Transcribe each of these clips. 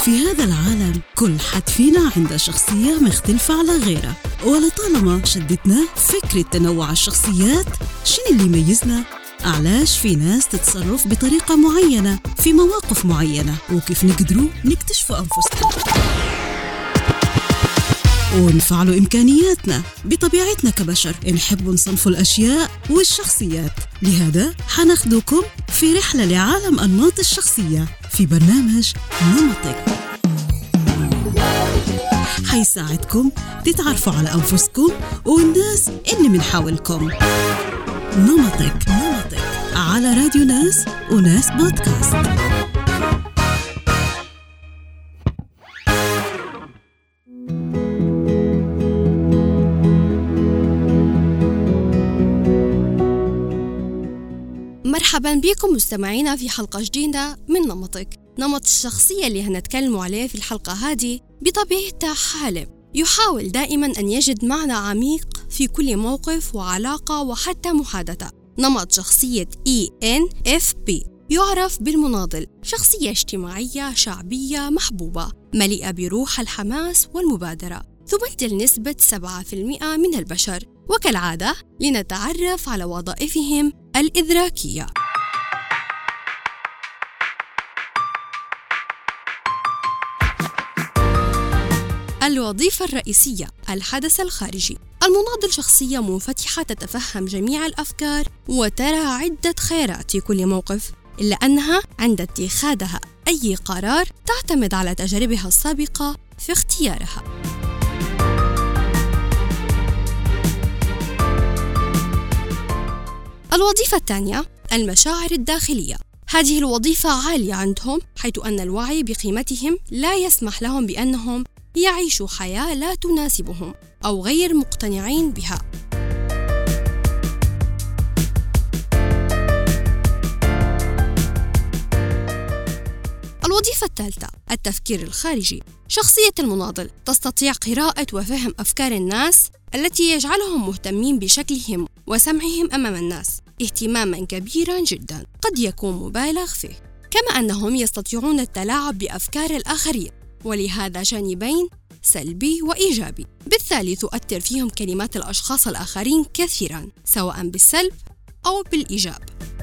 في هذا العالم كل حد فينا عنده شخصية مختلفة على غيره، ولطالما شدتنا فكرة تنوع الشخصيات، شنو اللي يميزنا؟ علاش في ناس تتصرف بطريقة معينة في مواقف معينة، وكيف نقدروا نكتشفوا أنفسنا ونفعلوا إمكانياتنا. بطبيعتنا كبشر نحب نصنف الأشياء والشخصيات، لهذا حناخدكم في رحلة لعالم أنماط الشخصية في برنامج نمطك، حيساعدكم تتعرفوا على أنفسكم والناس اللي من حولكم. نمطك على راديو ناس وناس بودكاست. مرحبا بكم مستمعينا في حلقة جديدة من نمطك. نمط الشخصية اللي هنتكلم عليه في الحلقة هذه بطبيعته حالم يحاول دائما أن يجد معنى عميق في كل موقف وعلاقة وحتى محادثة. نمط شخصية ENFP يعرف بالمناضل، شخصية اجتماعية شعبية محبوبة مليئة بروح الحماس والمبادرة، تمثل نسبة 7% من البشر. وكالعادة لنتعرف على وظائفهم الإدراكية. الوظيفة الرئيسية، الحدث الخارجي. المناضل شخصية منفتحة تتفهم جميع الأفكار وترى عدة خيارات في كل موقف، إلا أنها عند اتخاذها أي قرار تعتمد على تجاربها السابقة في اختيارها. الوظيفة الثانية، المشاعر الداخلية. هذه الوظيفة عالية عندهم، حيث أن الوعي بقيمتهم لا يسمح لهم بأنهم يعيشوا حياة لا تناسبهم أو غير مقتنعين بها. الوظيفة الثالثة، التفكير الخارجي. شخصية المناضل تستطيع قراءة وفهم أفكار الناس التي يجعلهم مهتمين بشكلهم وسمعهم أمام الناس اهتماماً كبيراً جداً قد يكون مبالغ فيه، كما أنهم يستطيعون التلاعب بأفكار الآخرين، ولهذا جانبين سلبي وإيجابي. بالتالي تؤثر فيهم كلمات الأشخاص الآخرين كثيراً، سواء بالسلب أو بالإيجاب.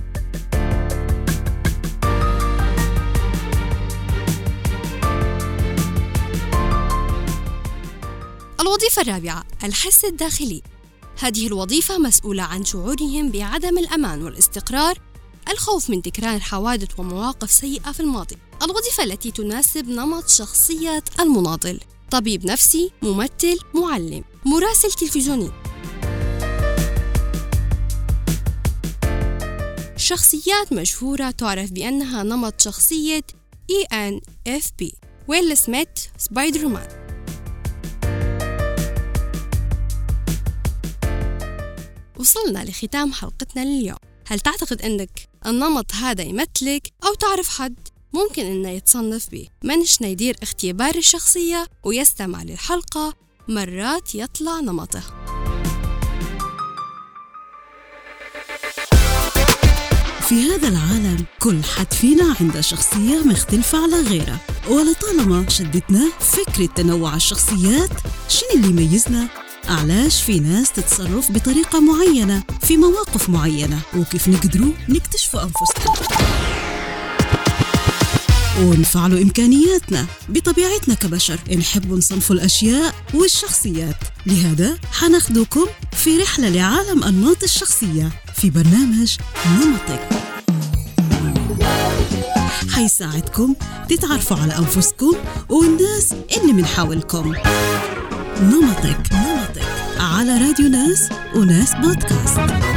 الوظيفة الرابعة، الحس الداخلي. هذه الوظيفة مسؤولة عن شعورهم بعدم الأمان والاستقرار، الخوف من تكرار حوادث ومواقف سيئة في الماضي. الوظيفة التي تناسب نمط شخصية المناضل، طبيب نفسي، ممثل، معلم، مراسل تلفزيوني. شخصيات مشهورة تعرف بأنها نمط شخصية ENFP: ويل سميث، سبايدر مان. وصلنا لختام حلقتنا لليوم. هل تعتقد أنك النمط هذا يمثلك، أو تعرف حد ممكن أنه يتصنف به؟ منش يدير اختبار الشخصية ويستمع للحلقة، مرات يطلع نمطه. في هذا العالم كل حد فينا عنده شخصية مختلفة على غيره، ولطالما شدتنا فكرة تنوع الشخصيات، شنو اللي يميزنا؟ علاش في ناس تتصرف بطريقة معينة في مواقف معينة، وكيف نقدروا نكتشفوا أنفسنا ونفعلوا إمكانياتنا. بطبيعتنا كبشر نحب نصنف الأشياء والشخصيات، لهذا حناخدكم في رحلة لعالم أنماط الشخصية في برنامج نمطك، حيساعدكم تتعرفوا على أنفسكم والناس اللي من حولكم. نمطك على راديو ناس وناس بودكاست.